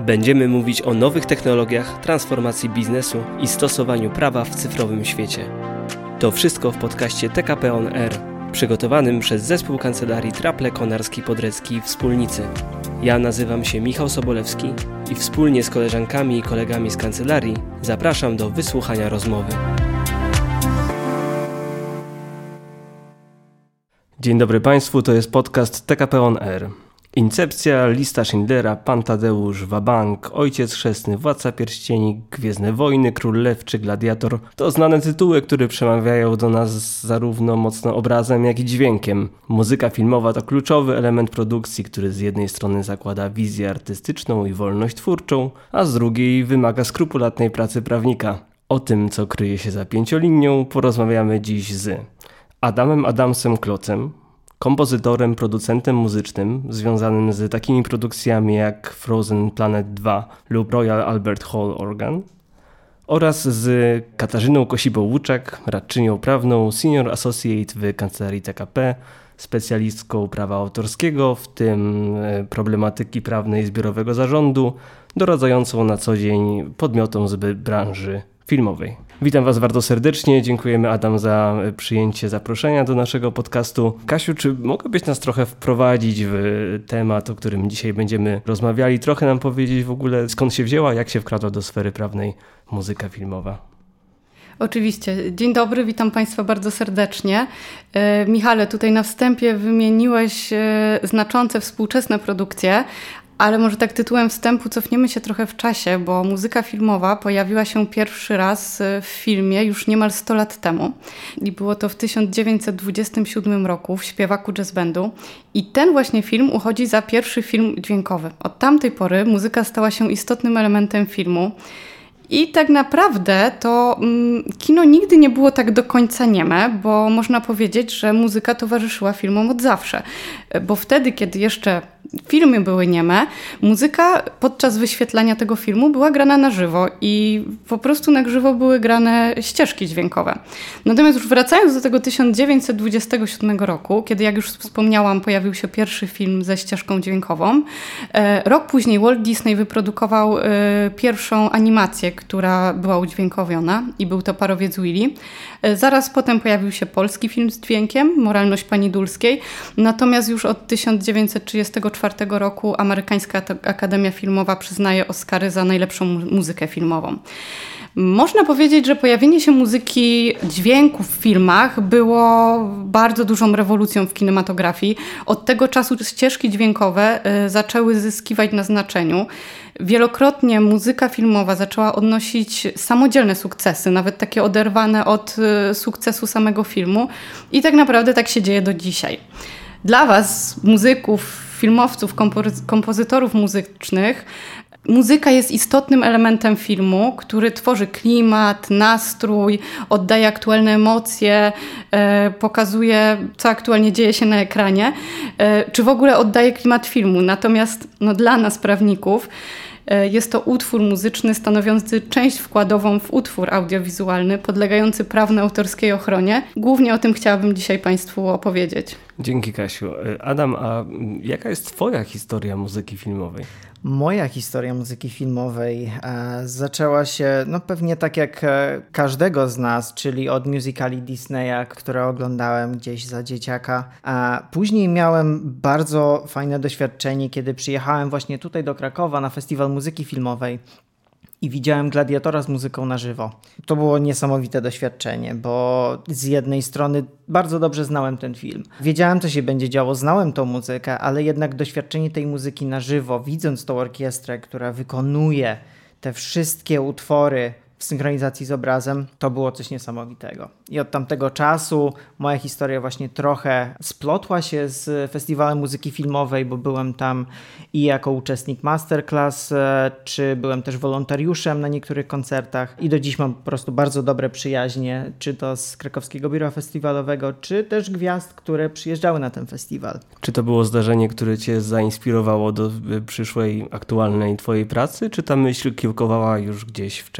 Będziemy mówić o nowych technologiach, transformacji biznesu i stosowaniu prawa w cyfrowym świecie. To wszystko w podcaście TKP On Air, przygotowanym przez zespół kancelarii Traple Konarski-Podrecki i Wspólnicy. Ja nazywam się Michał Sobolewski i wspólnie z koleżankami i kolegami z kancelarii zapraszam do wysłuchania rozmowy. Dzień dobry Państwu, to jest podcast TKP On Air. Incepcja, Lista Schindlera, Pan Tadeusz, Wabank, Ojciec Chrzestny, Władca Pierścieni, Gwiezdne Wojny, Król Lew czy Gladiator to znane tytuły, które przemawiają do nas zarówno mocno obrazem, jak i dźwiękiem. Muzyka filmowa to kluczowy element produkcji, który z jednej strony zakłada wizję artystyczną i wolność twórczą, a z drugiej wymaga skrupulatnej pracy prawnika. O tym, co kryje się za pięciolinią, porozmawiamy dziś z Adamem Adamsem Klocem, kompozytorem, producentem muzycznym związanym z takimi produkcjami jak Frozen Planet 2 lub Royal Albert Hall Organ, oraz z Katarzyną Kosibą-Łuczak, radczynią prawną, senior associate w kancelarii TKP, specjalistką prawa autorskiego, w tym problematyki prawnej zbiorowego zarządu, doradzającą na co dzień podmiotom z branży filmowej. Witam Was bardzo serdecznie, dziękujemy Adam za przyjęcie zaproszenia do naszego podcastu. Kasiu, czy mogłabyś nas trochę wprowadzić w temat, o którym dzisiaj będziemy rozmawiali? Trochę nam powiedzieć w ogóle, skąd się wzięła, jak się wkradła do sfery prawnej muzyka filmowa? Oczywiście. Dzień dobry, witam Państwa bardzo serdecznie. Michale, tutaj na wstępie wymieniłeś znaczące współczesne produkcje, ale może tak tytułem wstępu cofniemy się trochę w czasie, bo muzyka filmowa pojawiła się pierwszy raz w filmie już niemal 100 lat temu. I było to w 1927 roku w Śpiewaku Jazz Bandu. I ten właśnie film uchodzi za pierwszy film dźwiękowy. Od tamtej pory muzyka stała się istotnym elementem filmu. I tak naprawdę to kino nigdy nie było tak do końca nieme, bo można powiedzieć, że muzyka towarzyszyła filmom od zawsze. Bo wtedy, kiedy jeszcze filmy były nieme, muzyka podczas wyświetlania tego filmu była grana na żywo i po prostu na żywo były grane ścieżki dźwiękowe. Natomiast już wracając do tego 1927 roku, kiedy jak już wspomniałam pojawił się pierwszy film ze ścieżką dźwiękową, rok później Walt Disney wyprodukował pierwszą animację, która była udźwiękowiona i był to Parowiec Willy. Zaraz potem pojawił się polski film z dźwiękiem, Moralność Pani Dulskiej, natomiast już od 1934 roku Amerykańska Akademia Filmowa przyznaje Oscary za najlepszą muzykę filmową. Można powiedzieć, że pojawienie się muzyki dźwięku w filmach było bardzo dużą rewolucją w kinematografii. Od tego czasu ścieżki dźwiękowe zaczęły zyskiwać na znaczeniu. Wielokrotnie muzyka filmowa zaczęła odnosić samodzielne sukcesy, nawet takie oderwane od sukcesu samego filmu i tak naprawdę tak się dzieje do dzisiaj. Dla Was, muzyków, filmowców, kompozytorów muzycznych, muzyka jest istotnym elementem filmu, który tworzy klimat, nastrój, oddaje aktualne emocje, pokazuje, co aktualnie dzieje się na ekranie, czy w ogóle oddaje klimat filmu. Natomiast dla nas, prawników, jest to utwór muzyczny stanowiący część wkładową w utwór audiowizualny, podlegający prawno-autorskiej ochronie. Głównie o tym chciałabym dzisiaj Państwu opowiedzieć. Dzięki, Kasiu. Adam, a jaka jest Twoja historia muzyki filmowej? Moja historia muzyki filmowej zaczęła się pewnie tak jak każdego z nas, czyli od musicali Disneya, które oglądałem gdzieś za dzieciaka. Później miałem bardzo fajne doświadczenie, kiedy przyjechałem właśnie tutaj do Krakowa na Festiwal Muzyki Filmowej i widziałem Gladiatora z muzyką na żywo. To było niesamowite doświadczenie, bo z jednej strony bardzo dobrze znałem ten film. Wiedziałem, co się będzie działo, znałem tą muzykę, ale jednak doświadczenie tej muzyki na żywo, widząc tą orkiestrę, która wykonuje te wszystkie utwory w synchronizacji z obrazem, to było coś niesamowitego. I od tamtego czasu moja historia właśnie trochę splotła się z Festiwalem Muzyki Filmowej, bo byłem tam i jako uczestnik masterclass, czy byłem też wolontariuszem na niektórych koncertach i do dziś mam po prostu bardzo dobre przyjaźnie, czy to z Krakowskiego Biura Festiwalowego, czy też gwiazd, które przyjeżdżały na ten festiwal. Czy to było zdarzenie, które Cię zainspirowało do przyszłej, aktualnej Twojej pracy, czy ta myśl kiełkowała już gdzieś wcześniej? Jak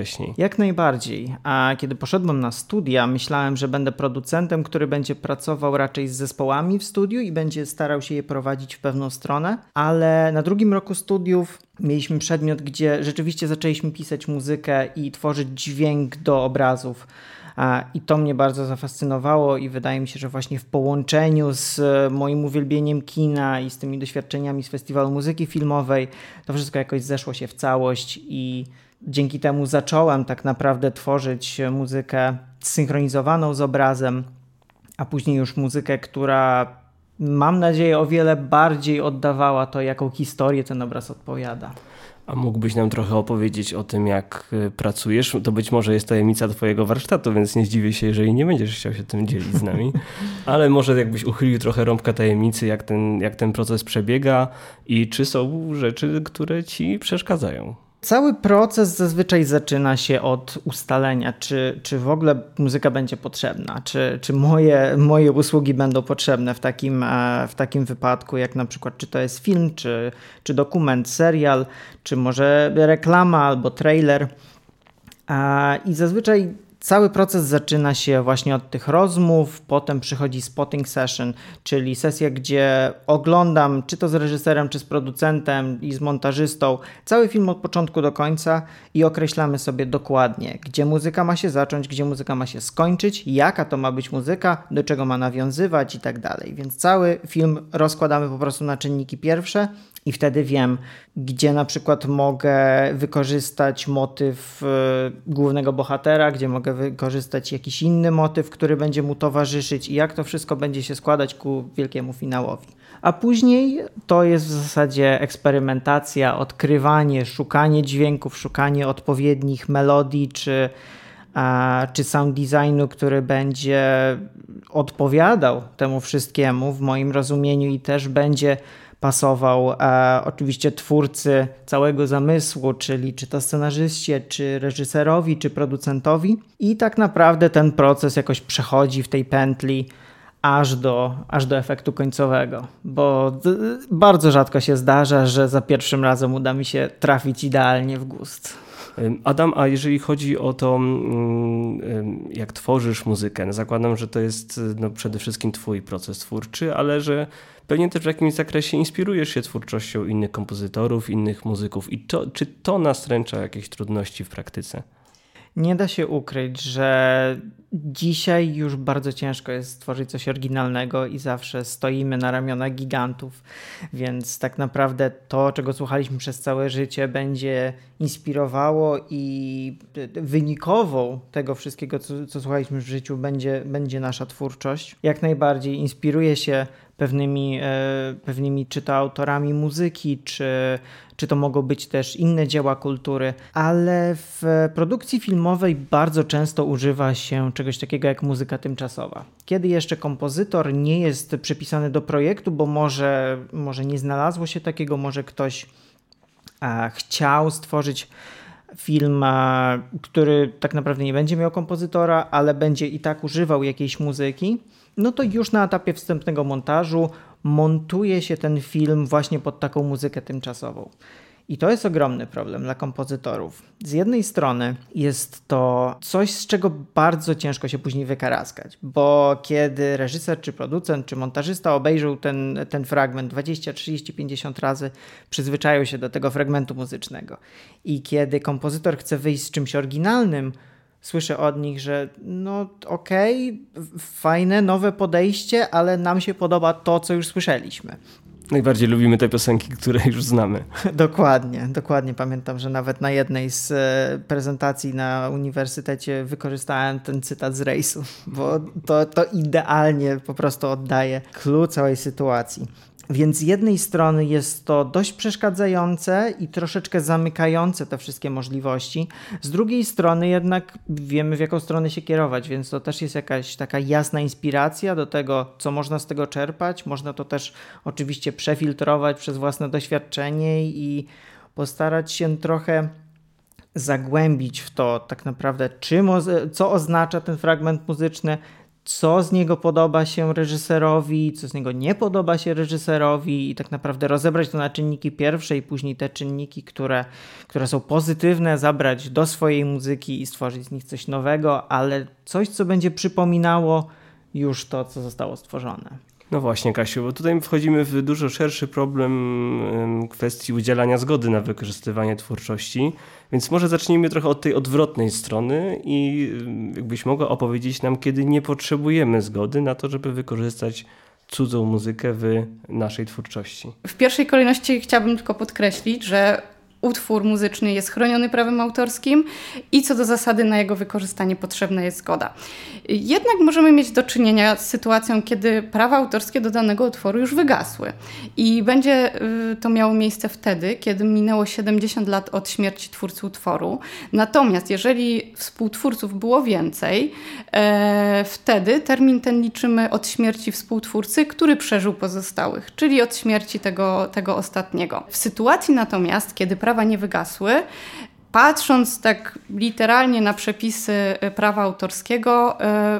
Jak najbardziej. A kiedy poszedłem na studia, myślałem, że będę producentem, który będzie pracował raczej z zespołami w studiu i będzie starał się je prowadzić w pewną stronę, ale na drugim roku studiów mieliśmy przedmiot, gdzie rzeczywiście zaczęliśmy pisać muzykę i tworzyć dźwięk do obrazów. I to mnie bardzo zafascynowało i wydaje mi się, że właśnie w połączeniu z moim uwielbieniem kina i z tymi doświadczeniami z Festiwalu Muzyki Filmowej to wszystko jakoś zeszło się w całość i dzięki temu zacząłem tak naprawdę tworzyć muzykę synchronizowaną z obrazem, a później już muzykę, która mam nadzieję o wiele bardziej oddawała to, jaką historię ten obraz odpowiada. A mógłbyś nam trochę opowiedzieć o tym, jak pracujesz? To być może jest tajemnica twojego warsztatu, więc nie zdziwię się, jeżeli nie będziesz chciał się tym dzielić z nami. Ale może jakbyś uchylił trochę rąbka tajemnicy, jak ten proces przebiega i czy są rzeczy, które ci przeszkadzają? Cały proces zazwyczaj zaczyna się od ustalenia, czy w ogóle muzyka będzie potrzebna, czy moje usługi będą potrzebne w takim wypadku, jak na przykład czy to jest film, czy dokument, serial, czy może reklama albo trailer. I zazwyczaj cały proces zaczyna się właśnie od tych rozmów, potem przychodzi spotting session, czyli sesja, gdzie oglądam czy to z reżyserem, czy z producentem i z montażystą cały film od początku do końca i określamy sobie dokładnie, gdzie muzyka ma się zacząć, gdzie muzyka ma się skończyć, jaka to ma być muzyka, do czego ma nawiązywać i tak dalej. Więc cały film rozkładamy po prostu na czynniki pierwsze i wtedy wiem, gdzie na przykład mogę wykorzystać motyw głównego bohatera, gdzie mogę wykorzystać jakiś inny motyw, który będzie mu towarzyszyć i jak to wszystko będzie się składać ku wielkiemu finałowi. A później to jest w zasadzie eksperymentacja, odkrywanie, szukanie dźwięków, szukanie odpowiednich melodii czy sound designu, który będzie odpowiadał temu wszystkiemu w moim rozumieniu i też będzie pasował oczywiście twórcy całego zamysłu, czyli czy to scenarzyście, czy reżyserowi, czy producentowi. I tak naprawdę ten proces jakoś przechodzi w tej pętli aż do efektu końcowego, bo bardzo rzadko się zdarza, że za pierwszym razem uda mi się trafić idealnie w gust. Adam, a jeżeli chodzi o to, jak tworzysz muzykę, zakładam, że to jest przede wszystkim twój proces twórczy, ale że pewnie też w jakimś zakresie inspirujesz się twórczością innych kompozytorów, innych muzyków. I czy to nastręcza jakieś trudności w praktyce? Nie da się ukryć, że dzisiaj już bardzo ciężko jest stworzyć coś oryginalnego i zawsze stoimy na ramionach gigantów, więc tak naprawdę to, czego słuchaliśmy przez całe życie, będzie inspirowało i wynikową tego wszystkiego, co słuchaliśmy w życiu, będzie nasza twórczość. Jak najbardziej inspiruje się pewnymi czy to autorami muzyki, czy to mogą być też inne dzieła kultury, ale w produkcji filmowej bardzo często używa się czegoś takiego jak muzyka tymczasowa. Kiedy jeszcze kompozytor nie jest przypisany do projektu, bo może nie znalazło się takiego, może ktoś chciał stworzyć film, który tak naprawdę nie będzie miał kompozytora, ale będzie i tak używał jakiejś muzyki, no to już na etapie wstępnego montażu montuje się ten film właśnie pod taką muzykę tymczasową. I to jest ogromny problem dla kompozytorów. Z jednej strony jest to coś, z czego bardzo ciężko się później wykaraskać, bo kiedy reżyser, czy producent, czy montażysta obejrzą ten fragment 20, 30, 50 razy, przyzwyczają się do tego fragmentu muzycznego. I kiedy kompozytor chce wyjść z czymś oryginalnym, słyszę od nich, że no okej, fajne, nowe podejście, ale nam się podoba to, co już słyszeliśmy. Najbardziej lubimy te piosenki, które już znamy. Dokładnie. Pamiętam, że nawet na jednej z prezentacji na uniwersytecie wykorzystałem ten cytat z Rejsu, bo to idealnie po prostu oddaje clue całej sytuacji. Więc z jednej strony jest to dość przeszkadzające i troszeczkę zamykające te wszystkie możliwości. Z drugiej strony jednak wiemy, w jaką stronę się kierować, więc to też jest jakaś taka jasna inspiracja do tego, co można z tego czerpać. Można to też oczywiście przefiltrować przez własne doświadczenie i postarać się trochę zagłębić w to tak naprawdę, co oznacza ten fragment muzyczny, co z niego podoba się reżyserowi, co z niego nie podoba się reżyserowi i tak naprawdę rozebrać to na czynniki pierwsze i później te czynniki, które są pozytywne, zabrać do swojej muzyki i stworzyć z nich coś nowego, ale coś, co będzie przypominało już to, co zostało stworzone. No właśnie, Kasiu, bo tutaj wchodzimy w dużo szerszy problem kwestii udzielania zgody na wykorzystywanie twórczości, więc może zacznijmy trochę od tej odwrotnej strony i jakbyś mogła opowiedzieć nam, kiedy nie potrzebujemy zgody na to, żeby wykorzystać cudzą muzykę w naszej twórczości. W pierwszej kolejności chciałabym tylko podkreślić, że utwór muzyczny jest chroniony prawem autorskim i co do zasady na jego wykorzystanie potrzebna jest zgoda. Jednak możemy mieć do czynienia z sytuacją, kiedy prawa autorskie do danego utworu już wygasły. I będzie to miało miejsce wtedy, kiedy minęło 70 lat od śmierci twórcy utworu. Natomiast jeżeli współtwórców było więcej, wtedy termin ten liczymy od śmierci współtwórcy, który przeżył pozostałych, czyli od śmierci tego ostatniego. W sytuacji natomiast, kiedy prawa nie wygasły, patrząc tak literalnie na przepisy prawa autorskiego,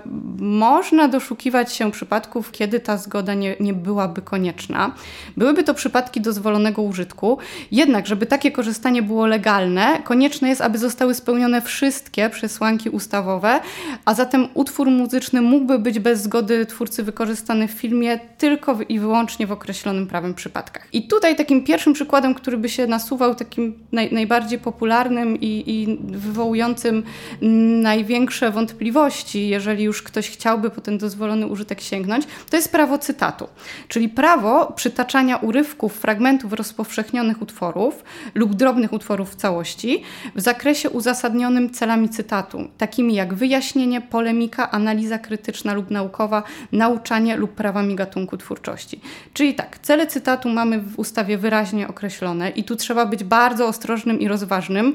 można doszukiwać się przypadków, kiedy ta zgoda nie byłaby konieczna. Byłyby to przypadki dozwolonego użytku, jednak żeby takie korzystanie było legalne, konieczne jest, aby zostały spełnione wszystkie przesłanki ustawowe, a zatem utwór muzyczny mógłby być bez zgody twórcy wykorzystany w filmie tylko i wyłącznie w określonym prawem przypadkach. I tutaj takim pierwszym przykładem, który by się nasuwał, takim najbardziej popularnym i wywołującym największe wątpliwości, jeżeli już ktoś chciałby po ten dozwolony użytek sięgnąć, to jest prawo cytatu. Czyli prawo przytaczania urywków, fragmentów rozpowszechnionych utworów lub drobnych utworów w całości w zakresie uzasadnionym celami cytatu, takimi jak wyjaśnienie, polemika, analiza krytyczna lub naukowa, nauczanie lub prawami gatunku twórczości. Czyli tak, cele cytatu mamy w ustawie wyraźnie określone i tu trzeba być bardzo ostrożnym i rozważnym,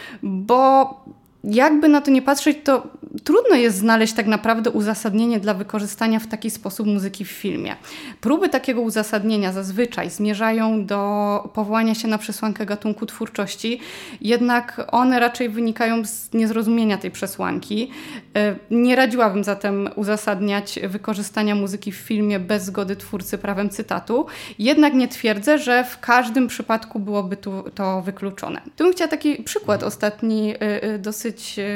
bo jakby na to nie patrzeć, to trudno jest znaleźć tak naprawdę uzasadnienie dla wykorzystania w taki sposób muzyki w filmie. Próby takiego uzasadnienia zazwyczaj zmierzają do powołania się na przesłankę gatunku twórczości, jednak one raczej wynikają z niezrozumienia tej przesłanki. Nie radziłabym zatem uzasadniać wykorzystania muzyki w filmie bez zgody twórcy prawem cytatu, jednak nie twierdzę, że w każdym przypadku byłoby to wykluczone. Tu bym chciała taki przykład ostatni dosyć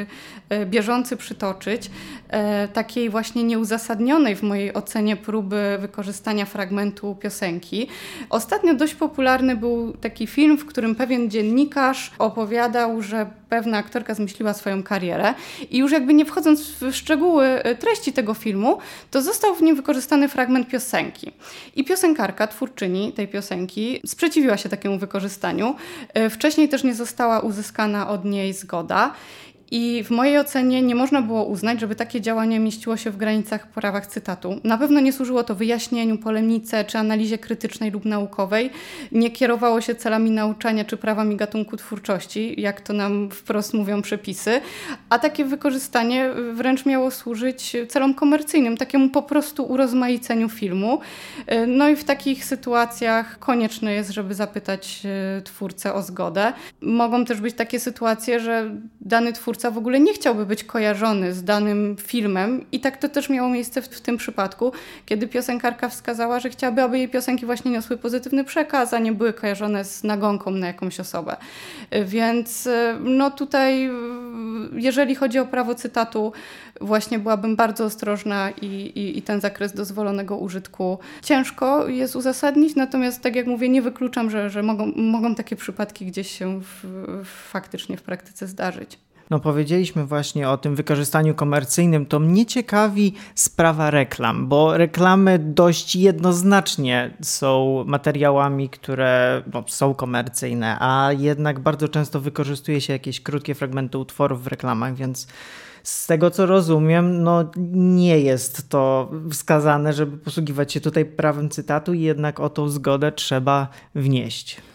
bieżący przytoczyć, takiej właśnie nieuzasadnionej w mojej ocenie próby wykorzystania fragmentu piosenki. Ostatnio dość popularny był taki film, w którym pewien dziennikarz opowiadał, że pewna aktorka zmyśliła swoją karierę i już jakby nie wchodząc w szczegóły treści tego filmu, to został w nim wykorzystany fragment piosenki. I piosenkarka, twórczyni tej piosenki sprzeciwiła się takiemu wykorzystaniu. Wcześniej też nie została uzyskana od niej zgoda. I w mojej ocenie nie można było uznać, żeby takie działanie mieściło się w granicach prawach cytatu. Na pewno nie służyło to wyjaśnieniu, polemice czy analizie krytycznej lub naukowej. Nie kierowało się celami nauczania czy prawami gatunku twórczości, jak to nam wprost mówią przepisy. A takie wykorzystanie wręcz miało służyć celom komercyjnym, takiemu po prostu urozmaiceniu filmu. No i w takich sytuacjach konieczne jest, żeby zapytać twórcę o zgodę. Mogą też być takie sytuacje, że dany twórca w ogóle nie chciałby być kojarzony z danym filmem i tak to też miało miejsce w tym przypadku, kiedy piosenkarka wskazała, że chciałaby, aby jej piosenki właśnie niosły pozytywny przekaz, a nie były kojarzone z nagonką na jakąś osobę. Więc no tutaj, jeżeli chodzi o prawo cytatu, właśnie byłabym bardzo ostrożna i ten zakres dozwolonego użytku ciężko jest uzasadnić, natomiast tak jak mówię, nie wykluczam, że mogą takie przypadki gdzieś się faktycznie w praktyce zdarzyć. No powiedzieliśmy właśnie o tym wykorzystaniu komercyjnym, to mnie ciekawi sprawa reklam, bo reklamy dość jednoznacznie są materiałami, które są komercyjne, a jednak bardzo często wykorzystuje się jakieś krótkie fragmenty utworów w reklamach, więc z tego co rozumiem, no nie jest to wskazane, żeby posługiwać się tutaj prawem cytatu i jednak o tą zgodę trzeba wnieść.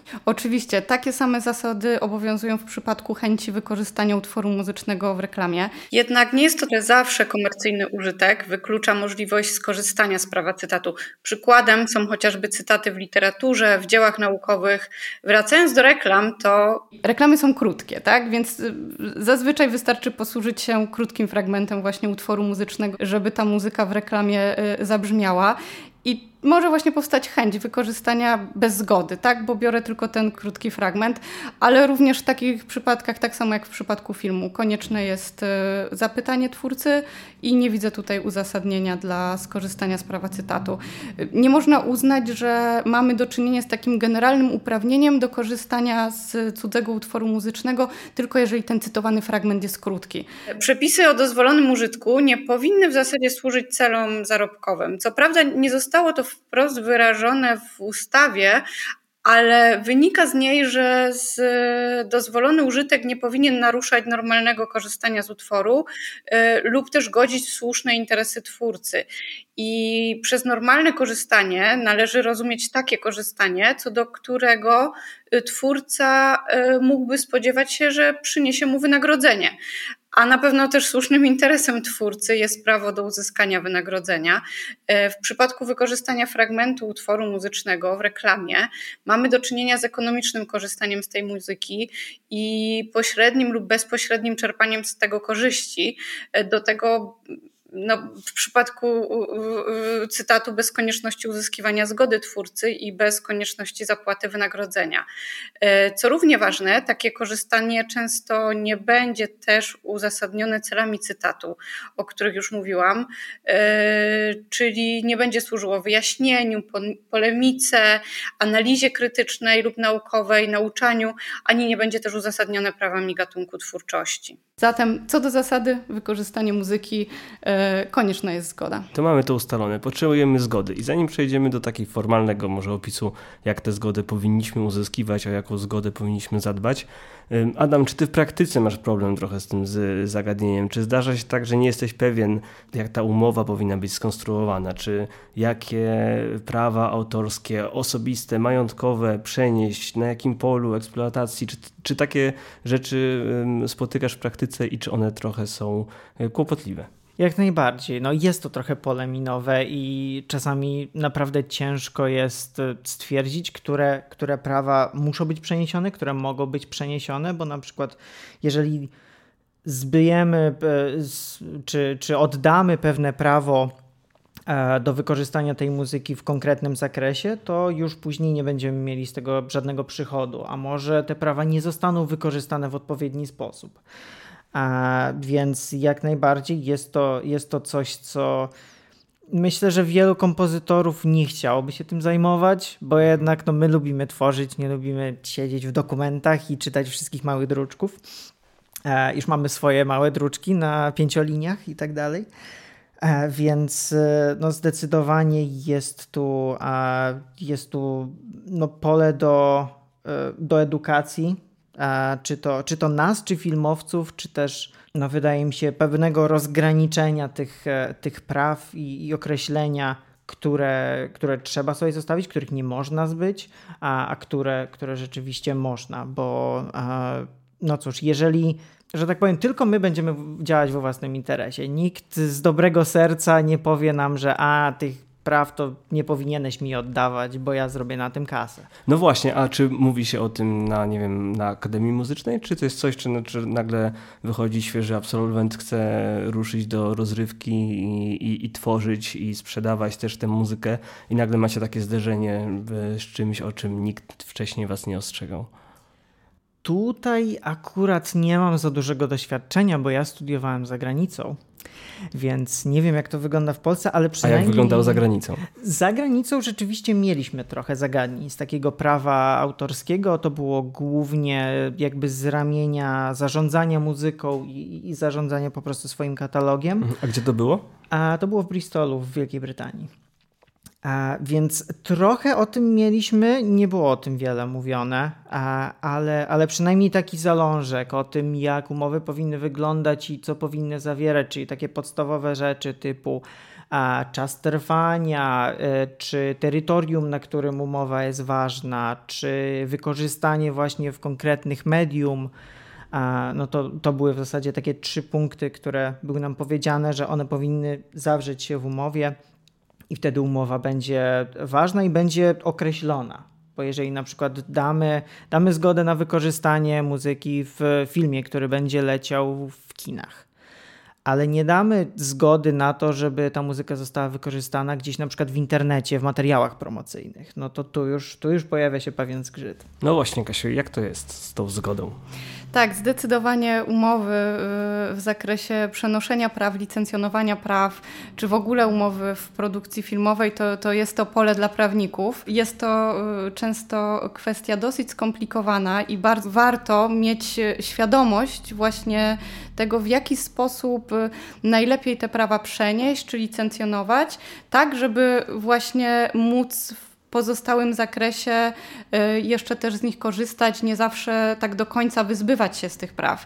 Oczywiście, takie same zasady obowiązują w przypadku chęci wykorzystania utworu muzycznego w reklamie. Jednak nie jest to zawsze komercyjny użytek, wyklucza możliwość skorzystania z prawa cytatu. Przykładem są chociażby cytaty w literaturze, w dziełach naukowych. Wracając do reklam, to... Reklamy są krótkie, tak? Więc zazwyczaj wystarczy posłużyć się krótkim fragmentem właśnie utworu muzycznego, żeby ta muzyka w reklamie zabrzmiała. I może właśnie powstać chęć wykorzystania bez zgody, tak? Bo biorę tylko ten krótki fragment, ale również w takich przypadkach, tak samo jak w przypadku filmu, konieczne jest zapytanie twórcy i nie widzę tutaj uzasadnienia dla skorzystania z prawa cytatu. Nie można uznać, że mamy do czynienia z takim generalnym uprawnieniem do korzystania z cudzego utworu muzycznego, tylko jeżeli ten cytowany fragment jest krótki. Przepisy o dozwolonym użytku nie powinny w zasadzie służyć celom zarobkowym. Co prawda nie zostało to wprost wyrażone w ustawie, ale wynika z niej, że dozwolony użytek nie powinien naruszać normalnego korzystania z utworu lub też godzić w słuszne interesy twórcy. I przez normalne korzystanie należy rozumieć takie korzystanie, co do którego twórca mógłby spodziewać się, że przyniesie mu wynagrodzenie. A na pewno też słusznym interesem twórcy jest prawo do uzyskania wynagrodzenia. W przypadku wykorzystania fragmentu utworu muzycznego w reklamie mamy do czynienia z ekonomicznym korzystaniem z tej muzyki i pośrednim lub bezpośrednim czerpaniem z tego korzyści. Do tego w przypadku cytatu bez konieczności uzyskiwania zgody twórcy i bez konieczności zapłaty wynagrodzenia. Co równie ważne, takie korzystanie często nie będzie też uzasadnione celami cytatu, o których już mówiłam, czyli nie będzie służyło wyjaśnieniu, polemice, analizie krytycznej lub naukowej, nauczaniu, ani nie będzie też uzasadnione prawami gatunku twórczości. Zatem co do zasady, wykorzystanie muzyki konieczna jest zgoda. To mamy to ustalone. Potrzebujemy zgody. I zanim przejdziemy do takiego formalnego może opisu, jak tę zgodę powinniśmy uzyskiwać, o jaką zgodę powinniśmy zadbać. Adam, czy ty w praktyce masz problem trochę z tym zagadnieniem? Czy zdarza się tak, że nie jesteś pewien, jak ta umowa powinna być skonstruowana? Czy jakie prawa autorskie, osobiste, majątkowe przenieść, na jakim polu eksploatacji? Czy takie rzeczy spotykasz w praktyce i czy one trochę są kłopotliwe? Jak najbardziej. No jest to trochę pole minowe i czasami naprawdę ciężko jest stwierdzić, które prawa muszą być przeniesione, które mogą być przeniesione, bo na przykład jeżeli zbyjemy czy oddamy pewne prawo do wykorzystania tej muzyki w konkretnym zakresie, to już później nie będziemy mieli z tego żadnego przychodu, a może te prawa nie zostaną wykorzystane w odpowiedni sposób. Więc jak najbardziej jest to coś, co myślę, że wielu kompozytorów nie chciałoby się tym zajmować, bo jednak my lubimy tworzyć, nie lubimy siedzieć w dokumentach i czytać wszystkich małych druczków. Już mamy swoje małe druczki na 5 liniach i tak dalej. Więc zdecydowanie jest tu pole do edukacji. Czy to nas, czy filmowców, czy też wydaje mi się pewnego rozgraniczenia tych praw i określenia, które trzeba sobie zostawić, których nie można zbyć, a które rzeczywiście można, bo cóż, jeżeli, że tak powiem, tylko my będziemy działać we własnym interesie, nikt z dobrego serca nie powie nam, że tych praw to nie powinieneś mi oddawać, bo ja zrobię na tym kasę. No właśnie, a czy mówi się o tym na Akademii Muzycznej? Czy to jest coś, czy nagle wychodzi świeży absolwent, chce ruszyć do rozrywki i tworzyć i sprzedawać też tę muzykę i nagle macie takie zderzenie z czymś, o czym nikt wcześniej was nie ostrzegał? Tutaj akurat nie mam za dużego doświadczenia, bo ja studiowałem za granicą, więc nie wiem, jak to wygląda w Polsce, ale przynajmniej... A jak wyglądało za granicą? Za granicą rzeczywiście mieliśmy trochę zagadnień z takiego prawa autorskiego. To było głównie jakby z ramienia zarządzania muzyką i zarządzania po prostu swoim katalogiem. A gdzie to było? To było w Bristolu w Wielkiej Brytanii. Więc trochę o tym mieliśmy, nie było o tym wiele mówione, ale przynajmniej taki zalążek o tym, jak umowy powinny wyglądać i co powinny zawierać, czyli takie podstawowe rzeczy typu czas trwania, czy terytorium, na którym umowa jest ważna, czy wykorzystanie właśnie w konkretnych medium. No to były w zasadzie takie 3 punkty, które były nam powiedziane, że one powinny zawrzeć się w umowie i wtedy umowa będzie ważna i będzie określona. Bo jeżeli na przykład damy zgodę na wykorzystanie muzyki w filmie, który będzie leciał w kinach, ale nie damy zgody na to, żeby ta muzyka została wykorzystana gdzieś na przykład w internecie, w materiałach promocyjnych, no to tu już pojawia się pewien zgrzyt. No właśnie, Kasiu, jak to jest z tą zgodą? Tak, zdecydowanie umowy w zakresie przenoszenia praw, licencjonowania praw, czy w ogóle umowy w produkcji filmowej, to jest to pole dla prawników. Jest to często kwestia dosyć skomplikowana i bardzo warto mieć świadomość właśnie tego, w jaki sposób najlepiej te prawa przenieść, czy licencjonować, tak żeby właśnie móc w pozostałym zakresie jeszcze też z nich korzystać, nie zawsze tak do końca wyzbywać się z tych praw.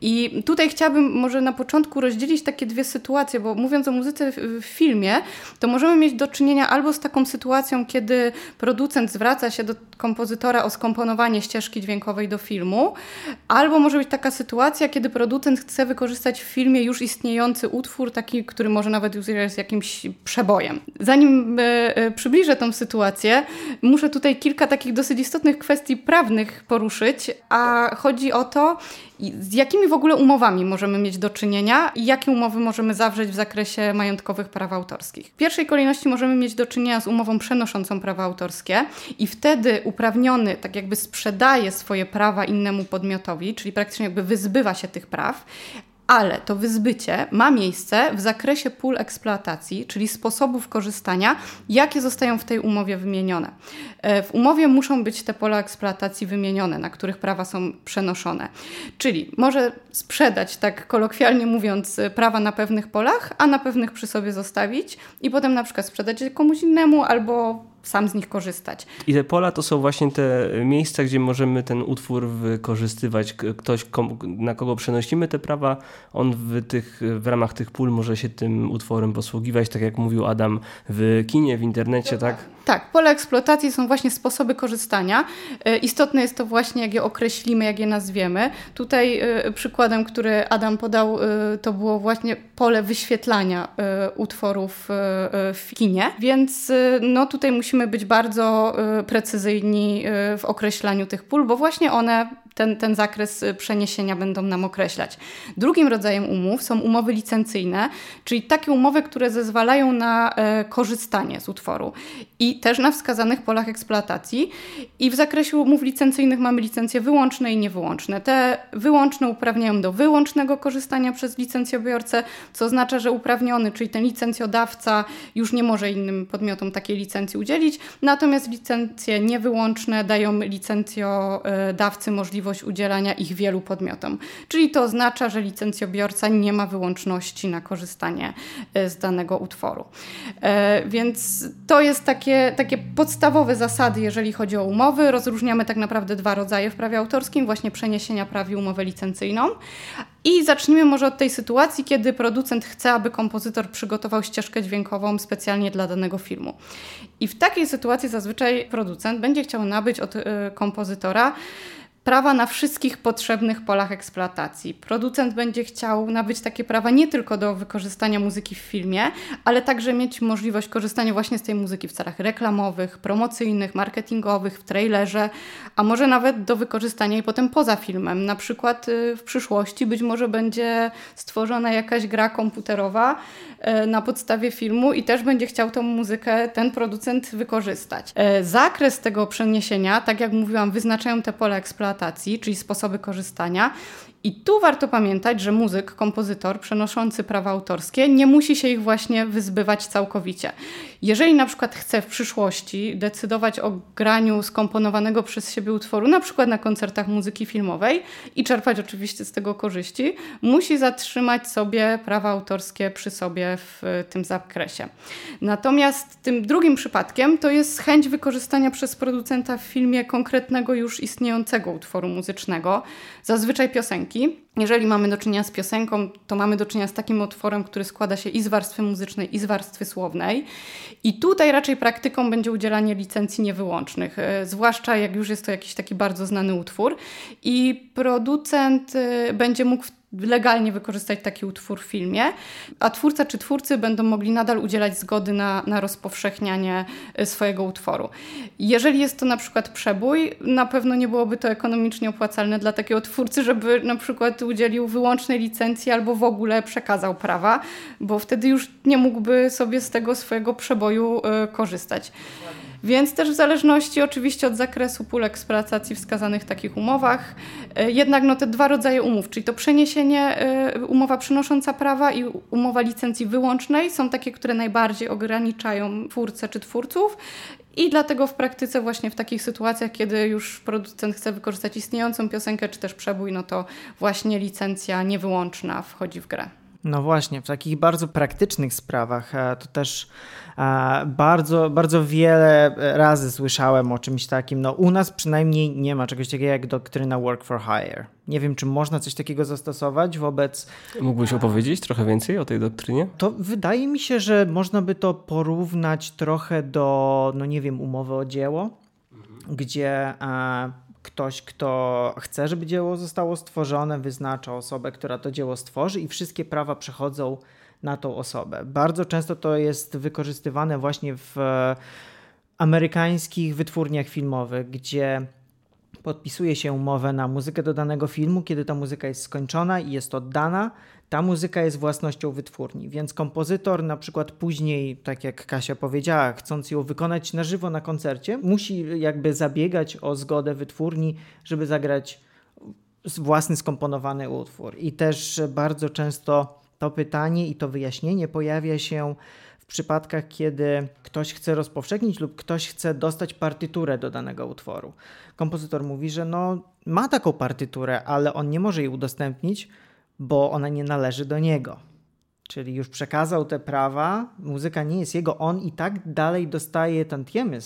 I tutaj chciałabym może na początku rozdzielić takie 2 sytuacje, bo mówiąc o muzyce w filmie, to możemy mieć do czynienia albo z taką sytuacją, kiedy producent zwraca się do kompozytora o skomponowanie ścieżki dźwiękowej do filmu, albo może być taka sytuacja, kiedy producent chce wykorzystać w filmie już istniejący utwór, taki, który może nawet już jest jakimś przebojem. Zanim przybliżę tą sytuację, muszę tutaj kilka takich dosyć istotnych kwestii prawnych poruszyć, a chodzi o to, z jakimi w ogóle umowami możemy mieć do czynienia i jakie umowy możemy zawrzeć w zakresie majątkowych praw autorskich. W pierwszej kolejności możemy mieć do czynienia z umową przenoszącą prawa autorskie i wtedy uprawniony tak jakby sprzedaje swoje prawa innemu podmiotowi, czyli praktycznie jakby wyzbywa się tych praw, ale to wyzbycie ma miejsce w zakresie pól eksploatacji, czyli sposobów korzystania, jakie zostają w tej umowie wymienione. W umowie muszą być te pola eksploatacji wymienione, na których prawa są przenoszone. Czyli może sprzedać, tak kolokwialnie mówiąc, prawa na pewnych polach, a na pewnych przy sobie zostawić i potem na przykład sprzedać je komuś innemu albo sam z nich korzystać. I te pola to są właśnie te miejsca, gdzie możemy ten utwór wykorzystywać. Ktoś, na kogo przenosimy te prawa, on w ramach tych pól może się tym utworem posługiwać, tak jak mówił Adam, w kinie, w internecie, tak? Tak, pola eksploatacji są właśnie sposoby korzystania. Istotne jest to właśnie, jak je określimy, jak je nazwiemy. Tutaj przykładem, który Adam podał, to było właśnie pole wyświetlania utworów w kinie, więc no tutaj musimy być bardzo precyzyjni w określaniu tych pól, bo właśnie one ten zakres przeniesienia będą nam określać. Drugim rodzajem umów są umowy licencyjne, czyli takie umowy, które zezwalają na korzystanie z utworu i też na wskazanych polach eksploatacji. I w zakresie umów licencyjnych mamy licencje wyłączne i niewyłączne. Te wyłączne uprawniają do wyłącznego korzystania przez licencjobiorcę, co oznacza, że uprawniony, czyli ten licencjodawca już nie może innym podmiotom takiej licencji udzielić, natomiast licencje niewyłączne dają licencjodawcy możliwość udzielania ich wielu podmiotom. Czyli to oznacza, że licencjobiorca nie ma wyłączności na korzystanie z danego utworu. Więc to jest takie podstawowe zasady, jeżeli chodzi o umowy. Rozróżniamy tak naprawdę 2 rodzaje w prawie autorskim, właśnie przeniesienia praw i umowę licencyjną. I zacznijmy może od tej sytuacji, kiedy producent chce, aby kompozytor przygotował ścieżkę dźwiękową specjalnie dla danego filmu. I w takiej sytuacji zazwyczaj producent będzie chciał nabyć od kompozytora prawa na wszystkich potrzebnych polach eksploatacji. Producent będzie chciał nabyć takie prawa nie tylko do wykorzystania muzyki w filmie, ale także mieć możliwość korzystania właśnie z tej muzyki w celach reklamowych, promocyjnych, marketingowych, w trailerze, a może nawet do wykorzystania jej potem poza filmem. Na przykład w przyszłości być może będzie stworzona jakaś gra komputerowa na podstawie filmu i też będzie chciał tą muzykę ten producent wykorzystać. Zakres tego przeniesienia, tak jak mówiłam, wyznaczają te pola eksploatacji, czyli sposoby korzystania. I tu warto pamiętać, że muzyk, kompozytor przenoszący prawa autorskie nie musi się ich właśnie wyzbywać całkowicie. Jeżeli na przykład chce w przyszłości decydować o graniu skomponowanego przez siebie utworu, na przykład na koncertach muzyki filmowej i czerpać oczywiście z tego korzyści, musi zatrzymać sobie prawa autorskie przy sobie w tym zakresie. Natomiast tym drugim przypadkiem to jest chęć wykorzystania przez producenta w filmie konkretnego już istniejącego utworu muzycznego, zazwyczaj piosenki. Jeżeli mamy do czynienia z piosenką, to mamy do czynienia z takim utworem, który składa się i z warstwy muzycznej, i z warstwy słownej. I tutaj raczej praktyką będzie udzielanie licencji niewyłącznych, zwłaszcza jak już jest to jakiś taki bardzo znany utwór. I producent będzie mógł legalnie wykorzystać taki utwór w filmie, a twórca czy twórcy będą mogli nadal udzielać zgody na rozpowszechnianie swojego utworu. Jeżeli jest to na przykład przebój, na pewno nie byłoby to ekonomicznie opłacalne dla takiego twórcy, żeby na przykład udzielił wyłącznej licencji albo w ogóle przekazał prawa, bo wtedy już nie mógłby sobie z tego swojego przeboju korzystać. Więc też w zależności oczywiście od zakresu pól eksploatacji wskazanych w takich umowach, jednak te dwa rodzaje umów, czyli to przeniesienie, umowa przynosząca prawa i umowa licencji wyłącznej są takie, które najbardziej ograniczają twórcę czy twórców i dlatego w praktyce właśnie w takich sytuacjach, kiedy już producent chce wykorzystać istniejącą piosenkę czy też przebój, to właśnie licencja niewyłączna wchodzi w grę. No właśnie, w takich bardzo praktycznych sprawach to też bardzo, bardzo wiele razy słyszałem o czymś takim. U nas przynajmniej nie ma czegoś takiego jak doktryna work for hire. Nie wiem, czy można coś takiego zastosować wobec... Mógłbyś opowiedzieć trochę więcej o tej doktrynie? To wydaje mi się, że można by to porównać trochę do, umowy o dzieło, gdzie... Ktoś, kto chce, żeby dzieło zostało stworzone, wyznacza osobę, która to dzieło stworzy i wszystkie prawa przechodzą na tą osobę. Bardzo często to jest wykorzystywane właśnie w amerykańskich wytwórniach filmowych, gdzie podpisuje się umowę na muzykę do danego filmu, kiedy ta muzyka jest skończona i jest oddana. Ta muzyka jest własnością wytwórni, więc kompozytor na przykład później, tak jak Kasia powiedziała, chcąc ją wykonać na żywo na koncercie, musi jakby zabiegać o zgodę wytwórni, żeby zagrać własny skomponowany utwór. I też bardzo często to pytanie i to wyjaśnienie pojawia się w przypadkach, kiedy ktoś chce rozpowszechnić lub ktoś chce dostać partyturę do danego utworu. Kompozytor mówi, że ma taką partyturę, ale on nie może jej udostępnić, bo ona nie należy do niego. Czyli już przekazał te prawa, muzyka nie jest jego, on i tak dalej dostaje tantiemy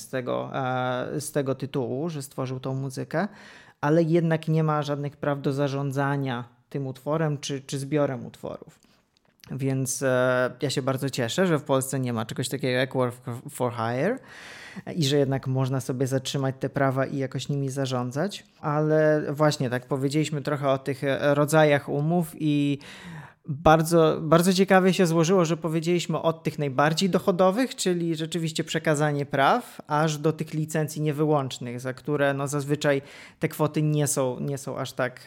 z tego tytułu, że stworzył tą muzykę, ale jednak nie ma żadnych praw do zarządzania tym utworem czy zbiorem utworów. Więc ja się bardzo cieszę, że w Polsce nie ma czegoś takiego jak work for hire i że jednak można sobie zatrzymać te prawa i jakoś nimi zarządzać. Ale właśnie tak powiedzieliśmy trochę o tych rodzajach umów i bardzo, bardzo ciekawie się złożyło, że powiedzieliśmy od tych najbardziej dochodowych, czyli rzeczywiście przekazanie praw, aż do tych licencji niewyłącznych, za które zazwyczaj te kwoty nie są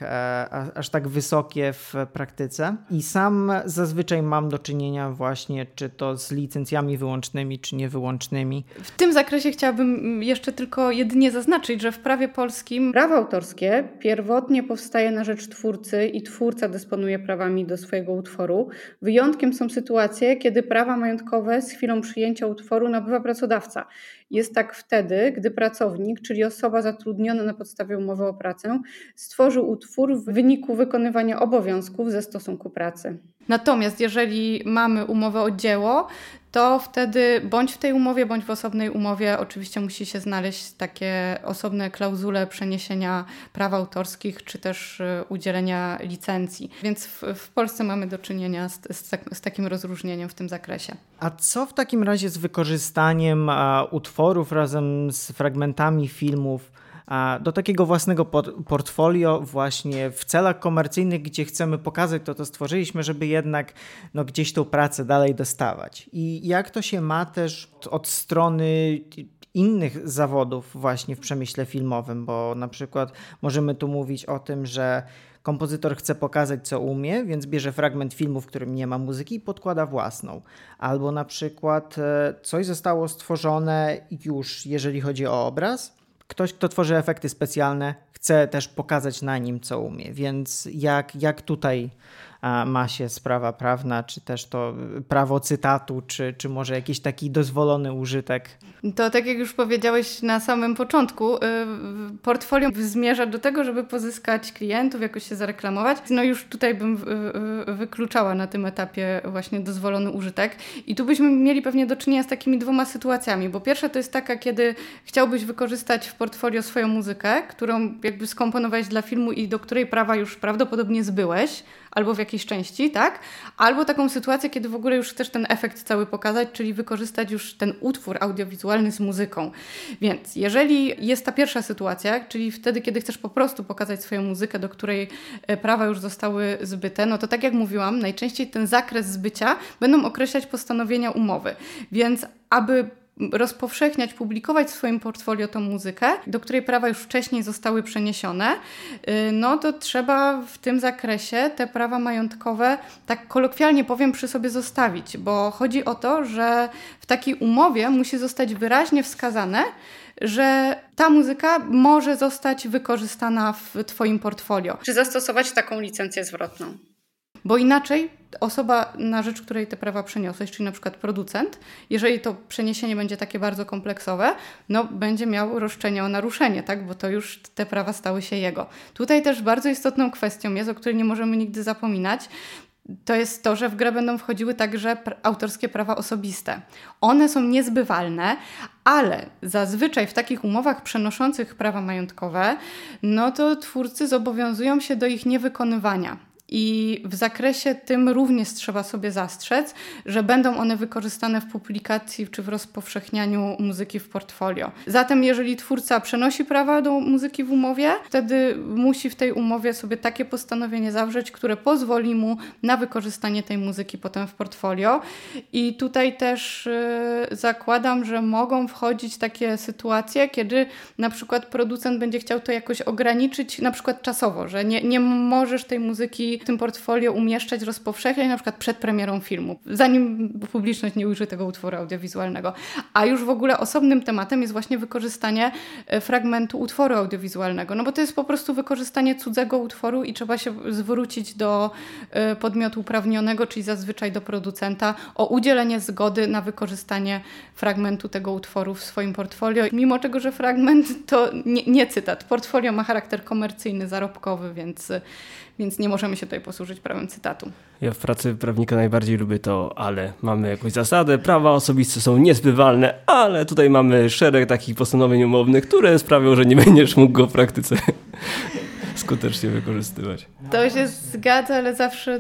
aż tak wysokie w praktyce. I sam zazwyczaj mam do czynienia właśnie czy to z licencjami wyłącznymi, czy niewyłącznymi. W tym zakresie chciałabym jeszcze tylko jedynie zaznaczyć, że w prawie polskim prawo autorskie pierwotnie powstaje na rzecz twórcy i twórca dysponuje prawami do swojego utworu. Wyjątkiem są sytuacje, kiedy prawa majątkowe z chwilą przyjęcia utworu nabywa pracodawca. Jest tak wtedy, gdy pracownik, czyli osoba zatrudniona na podstawie umowy o pracę, stworzył utwór w wyniku wykonywania obowiązków ze stosunku pracy. Natomiast jeżeli mamy umowę o dzieło, to wtedy bądź w tej umowie, bądź w osobnej umowie oczywiście musi się znaleźć takie osobne klauzule przeniesienia praw autorskich, czy też udzielenia licencji. Więc w Polsce mamy do czynienia z takim rozróżnieniem w tym zakresie. A co w takim razie z wykorzystaniem utworów razem z fragmentami filmów do takiego własnego portfolio właśnie w celach komercyjnych, gdzie chcemy pokazać to stworzyliśmy, żeby jednak gdzieś tą pracę dalej dostawać. I jak to się ma też od strony innych zawodów właśnie w przemyśle filmowym, bo na przykład możemy tu mówić o tym, że kompozytor chce pokazać, co umie, więc bierze fragment filmu, w którym nie ma muzyki i podkłada własną. Albo na przykład coś zostało stworzone już, jeżeli chodzi o obraz. Ktoś, kto tworzy efekty specjalne, chce też pokazać na nim, co umie. Więc jak tutaj ma się sprawa prawna, czy też to prawo cytatu, czy może jakiś taki dozwolony użytek? To tak jak już powiedziałeś na samym początku, portfolio zmierza do tego, żeby pozyskać klientów, jakoś się zareklamować. Już tutaj bym wykluczała na tym etapie właśnie dozwolony użytek. I tu byśmy mieli pewnie do czynienia z takimi dwoma sytuacjami, bo pierwsza to jest taka, kiedy chciałbyś wykorzystać w portfolio swoją muzykę, którą jakby skomponowałeś dla filmu i do której prawa już prawdopodobnie zbyłeś, albo w jakiejś części, tak? Albo taką sytuację, kiedy w ogóle już chcesz ten efekt cały pokazać, czyli wykorzystać już ten utwór audiowizualny z muzyką. Więc jeżeli jest ta pierwsza sytuacja, czyli wtedy, kiedy chcesz po prostu pokazać swoją muzykę, do której prawa już zostały zbyte, no to tak jak mówiłam, najczęściej ten zakres zbycia będą określać postanowienia umowy. Więc aby rozpowszechniać, publikować w swoim portfolio tą muzykę, do której prawa już wcześniej zostały przeniesione, no to trzeba w tym zakresie te prawa majątkowe, tak kolokwialnie powiem, przy sobie zostawić, bo chodzi o to, że w takiej umowie musi zostać wyraźnie wskazane, że ta muzyka może zostać wykorzystana w Twoim portfolio. Czy zastosować taką licencję zwrotną? Bo inaczej osoba, na rzecz której te prawa przeniosłeś, czyli na przykład producent, jeżeli to przeniesienie będzie takie bardzo kompleksowe, no będzie miał roszczenie o naruszenie, tak? Bo to już te prawa stały się jego. Tutaj też bardzo istotną kwestią jest, o której nie możemy nigdy zapominać, to jest to, że w grę będą wchodziły także autorskie prawa osobiste. One są niezbywalne, ale zazwyczaj w takich umowach przenoszących prawa majątkowe, no to twórcy zobowiązują się do ich niewykonywania. I w zakresie tym również trzeba sobie zastrzec, że będą one wykorzystane w publikacji czy w rozpowszechnianiu muzyki w portfolio. Zatem jeżeli twórca przenosi prawa do muzyki w umowie, wtedy musi w tej umowie sobie takie postanowienie zawrzeć, które pozwoli mu na wykorzystanie tej muzyki potem w portfolio. I tutaj też zakładam, że mogą wchodzić takie sytuacje, kiedy na przykład producent będzie chciał to jakoś ograniczyć, na przykład czasowo, że nie możesz tej muzyki w tym portfolio umieszczać, rozpowszechniać na przykład przed premierą filmu, zanim publiczność nie ujrzy tego utworu audiowizualnego. A już w ogóle osobnym tematem jest właśnie wykorzystanie fragmentu utworu audiowizualnego, no bo to jest po prostu wykorzystanie cudzego utworu i trzeba się zwrócić do podmiotu uprawnionego, czyli zazwyczaj do producenta, o udzielenie zgody na wykorzystanie fragmentu tego utworu w swoim portfolio. Mimo tego, że fragment to nie cytat. Portfolio ma charakter komercyjny, zarobkowy, więc nie możemy się tutaj posłużyć prawem cytatu. Ja w pracy prawnika najbardziej lubię to, ale mamy jakąś zasadę, prawa osobiste są niezbywalne, ale tutaj mamy szereg takich postanowień umownych, które sprawią, że nie będziesz mógł go w praktyce skutecznie wykorzystywać. To się zgadza, ale zawsze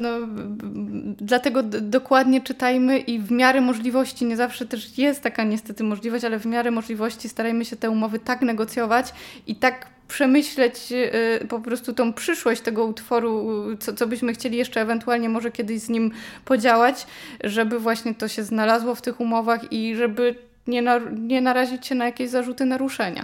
dlatego dokładnie czytajmy i w miarę możliwości, nie zawsze też jest taka niestety możliwość, ale w miarę możliwości starajmy się te umowy tak negocjować i tak przemyśleć po prostu tą przyszłość tego utworu, co byśmy chcieli jeszcze ewentualnie może kiedyś z nim podziałać, żeby właśnie to się znalazło w tych umowach i żeby nie narazić się na jakieś zarzuty naruszenia.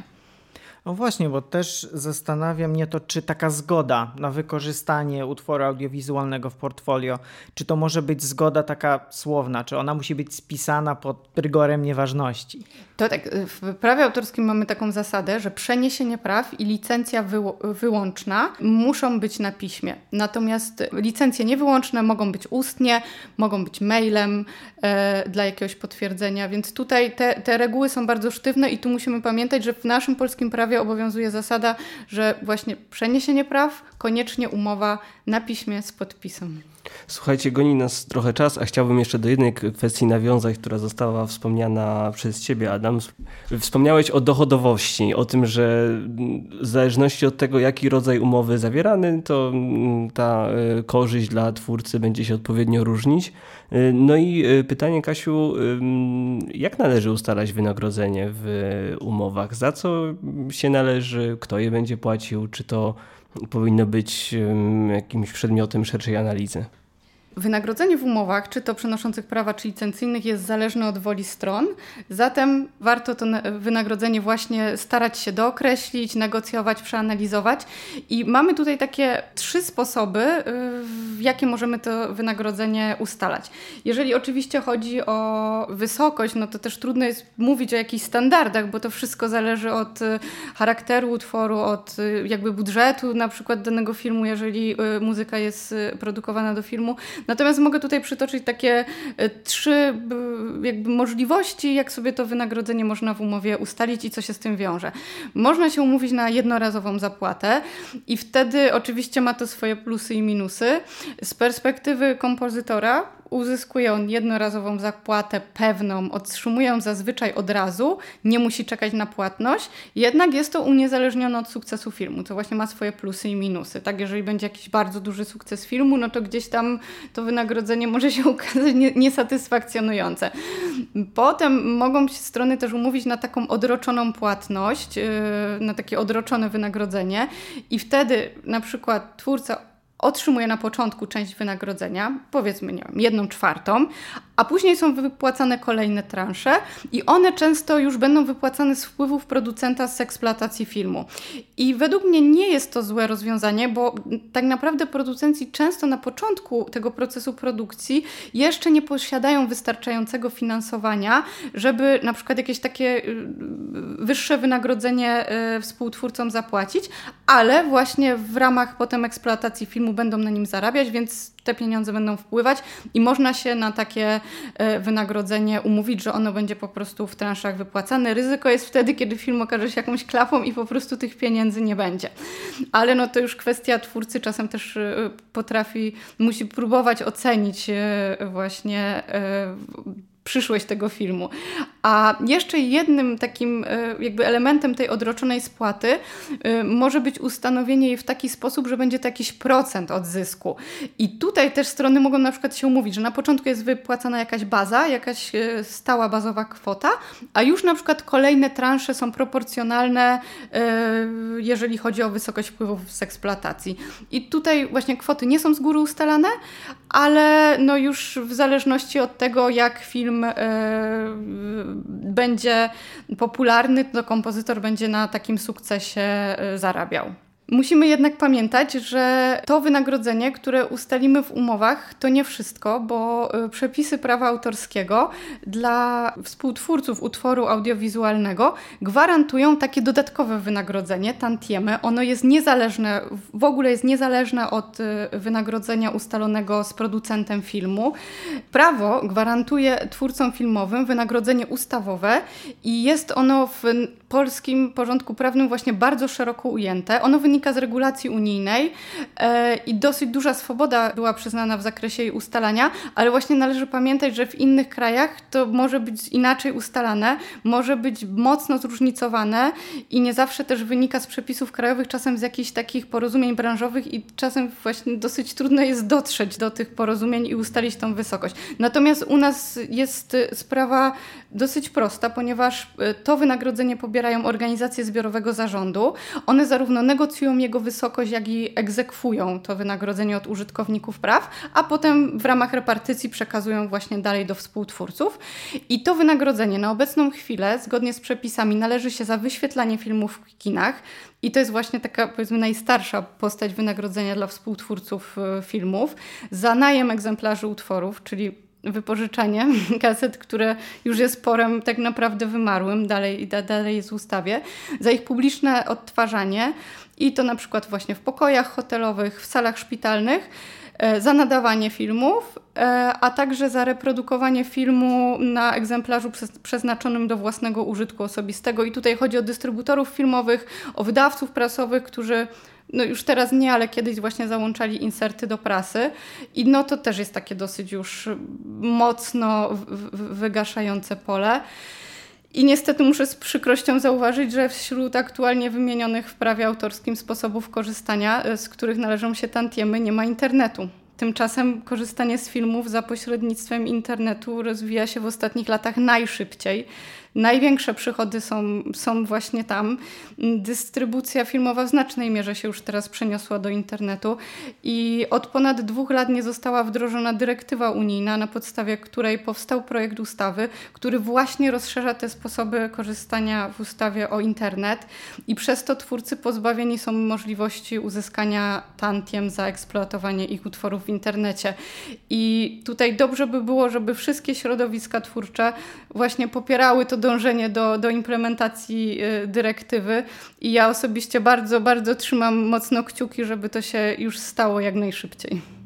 No właśnie, bo też zastanawia mnie to, czy taka zgoda na wykorzystanie utworu audiowizualnego w portfolio, czy to może być zgoda taka słowna, czy ona musi być spisana pod rygorem nieważności? To tak, w prawie autorskim mamy taką zasadę, że przeniesienie praw i licencja wyłączna muszą być na piśmie. Natomiast licencje niewyłączne mogą być ustnie, mogą być mailem dla jakiegoś potwierdzenia, więc tutaj te reguły są bardzo sztywne i tu musimy pamiętać, że w naszym polskim prawie obowiązuje zasada, że właśnie przeniesienie praw, koniecznie umowa na piśmie z podpisem. Słuchajcie, goni nas trochę czas, a chciałbym jeszcze do jednej kwestii nawiązać, która została wspomniana przez Ciebie, Adam. Wspomniałeś o dochodowości, o tym, że w zależności od tego, jaki rodzaj umowy zawierany, to ta korzyść dla twórcy będzie się odpowiednio różnić. No i pytanie, Kasiu, jak należy ustalać wynagrodzenie w umowach? Za co się należy? Kto je będzie płacił? Czy to powinno być jakimś przedmiotem szerszej analizy? Wynagrodzenie w umowach, czy to przenoszących prawa, czy licencyjnych, jest zależne od woli stron. Zatem warto to wynagrodzenie właśnie starać się dookreślić, negocjować, przeanalizować. I mamy tutaj takie 3 sposoby, w jakie możemy to wynagrodzenie ustalać. Jeżeli oczywiście chodzi o wysokość, no to też trudno jest mówić o jakichś standardach, bo to wszystko zależy od charakteru utworu, od jakby budżetu na przykład danego filmu, jeżeli muzyka jest produkowana do filmu. Natomiast mogę tutaj przytoczyć takie 3 jakby możliwości, jak sobie to wynagrodzenie można w umowie ustalić i co się z tym wiąże. Można się umówić na jednorazową zapłatę i wtedy oczywiście ma to swoje plusy i minusy. Z perspektywy kompozytora uzyskuje on jednorazową zapłatę pewną, otrzymuje ją zazwyczaj od razu, nie musi czekać na płatność, jednak jest to uniezależnione od sukcesu filmu, co właśnie ma swoje plusy i minusy. Tak, jeżeli będzie jakiś bardzo duży sukces filmu, no to gdzieś tam to wynagrodzenie może się okazać niesatysfakcjonujące. Potem mogą się strony też umówić na taką odroczoną płatność, na takie odroczone wynagrodzenie i wtedy na przykład twórca otrzymuje na początku część wynagrodzenia, powiedzmy, nie wiem, 1/4, a później są wypłacane kolejne transze i one często już będą wypłacane z wpływów producenta z eksploatacji filmu. I według mnie nie jest to złe rozwiązanie, bo tak naprawdę producenci często na początku tego procesu produkcji jeszcze nie posiadają wystarczającego finansowania, żeby na przykład jakieś takie wyższe wynagrodzenie współtwórcom zapłacić, ale właśnie w ramach potem eksploatacji filmu będą na nim zarabiać, więc te pieniądze będą wpływać i można się na takie wynagrodzenie umówić, że ono będzie po prostu w transzach wypłacane. Ryzyko jest wtedy, kiedy film okaże się jakąś klapą i po prostu tych pieniędzy nie będzie. Ale no to już kwestia twórcy, czasem też musi próbować ocenić właśnie przyszłość tego filmu. A jeszcze jednym takim jakby elementem tej odroczonej spłaty może być ustanowienie jej w taki sposób, że będzie to jakiś procent od zysku. I tutaj też strony mogą na przykład się umówić, że na początku jest wypłacana jakaś baza, jakaś stała bazowa kwota, a już na przykład kolejne transze są proporcjonalne, jeżeli chodzi o wysokość wpływów z eksploatacji. I tutaj właśnie kwoty nie są z góry ustalane, ale no już w zależności od tego, jak film będzie popularny, to kompozytor będzie na takim sukcesie zarabiał. Musimy jednak pamiętać, że to wynagrodzenie, które ustalimy w umowach, to nie wszystko, bo przepisy prawa autorskiego dla współtwórców utworu audiowizualnego gwarantują takie dodatkowe wynagrodzenie, tantiemy. Ono jest niezależne, w ogóle jest niezależne od wynagrodzenia ustalonego z producentem filmu. Prawo gwarantuje twórcom filmowym wynagrodzenie ustawowe i jest ono w polskim porządku prawnym właśnie bardzo szeroko ujęte. Ono wynika z regulacji unijnej i dosyć duża swoboda była przyznana w zakresie jej ustalania, ale właśnie należy pamiętać, że w innych krajach to może być inaczej ustalane, może być mocno zróżnicowane i nie zawsze też wynika z przepisów krajowych, czasem z jakichś takich porozumień branżowych i czasem właśnie dosyć trudno jest dotrzeć do tych porozumień i ustalić tą wysokość. Natomiast u nas jest sprawa dosyć prosta, ponieważ to wynagrodzenie pobierają organizacje zbiorowego zarządu. One zarówno negocjują jego wysokość, jak i egzekwują to wynagrodzenie od użytkowników praw, a potem w ramach repartycji przekazują właśnie dalej do współtwórców. I to wynagrodzenie na obecną chwilę, zgodnie z przepisami, należy się za wyświetlanie filmów w kinach. I to jest właśnie taka, powiedzmy, najstarsza postać wynagrodzenia dla współtwórców filmów. Za najem egzemplarzy utworów, czyli wypożyczenie kaset, które już jest sporem tak naprawdę wymarłym, dalej jest w ustawie, za ich publiczne odtwarzanie i to na przykład właśnie w pokojach hotelowych, w salach szpitalnych, za nadawanie filmów, a także za reprodukowanie filmu na egzemplarzu przeznaczonym do własnego użytku osobistego. I tutaj chodzi o dystrybutorów filmowych, o wydawców prasowych, którzy no już teraz nie, ale kiedyś właśnie załączali inserty do prasy i no to też jest takie dosyć już mocno wygaszające pole. I niestety muszę z przykrością zauważyć, że wśród aktualnie wymienionych w prawie autorskim sposobów korzystania, z których należą się tantiemy, nie ma internetu. Tymczasem korzystanie z filmów za pośrednictwem internetu rozwija się w ostatnich latach najszybciej. Największe przychody są właśnie tam. Dystrybucja filmowa w znacznej mierze się już teraz przeniosła do internetu i od ponad 2 lat nie została wdrożona dyrektywa unijna, na podstawie której powstał projekt ustawy, który właśnie rozszerza te sposoby korzystania w ustawie o internet i przez to twórcy pozbawieni są możliwości uzyskania tantiem za eksploatowanie ich utworów w internecie. I tutaj dobrze by było, żeby wszystkie środowiska twórcze właśnie popierały to dążenie do implementacji dyrektywy i ja osobiście bardzo, bardzo trzymam mocno kciuki, żeby to się już stało jak najszybciej.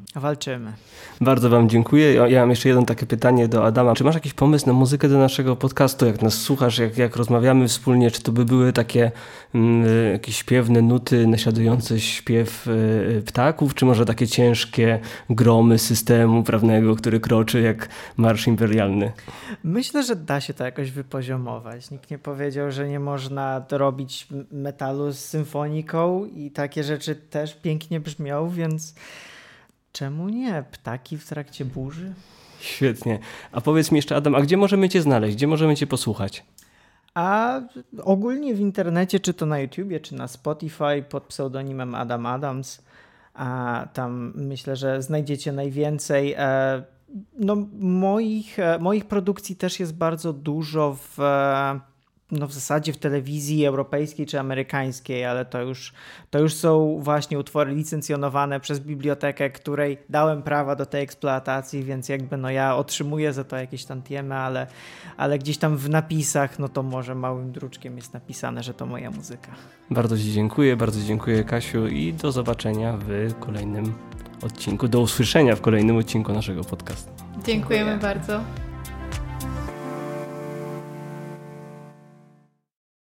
Walczymy. Bardzo wam dziękuję. Ja mam jeszcze jedno takie pytanie do Adama. Czy masz jakiś pomysł na muzykę do naszego podcastu? Jak nas słuchasz, jak rozmawiamy wspólnie, czy to by były takie jakieś śpiewne nuty naśladujące śpiew ptaków, czy może takie ciężkie gromy systemu prawnego, który kroczy jak marsz imperialny? Myślę, że da się to jakoś wypoziomować. Nikt nie powiedział, że nie można robić metalu z symfoniką i takie rzeczy też pięknie brzmią, więc czemu nie? Ptaki w trakcie burzy? Świetnie. A powiedz mi jeszcze, Adam, a gdzie możemy cię znaleźć? Gdzie możemy cię posłuchać? A ogólnie w internecie, czy to na YouTubie, czy na Spotify pod pseudonimem Adam Adams. A tam myślę, że znajdziecie najwięcej. No, moich produkcji też jest bardzo dużo w zasadzie w telewizji europejskiej czy amerykańskiej, ale to już są właśnie utwory licencjonowane przez bibliotekę, której dałem prawa do tej eksploatacji, więc jakby ja otrzymuję za to jakieś tantiemy, ale gdzieś tam w napisach, no to może małym druczkiem jest napisane, że to moja muzyka. Bardzo dziękuję Kasiu i do zobaczenia w kolejnym odcinku, do usłyszenia w kolejnym odcinku naszego podcastu. Dziękujemy bardzo.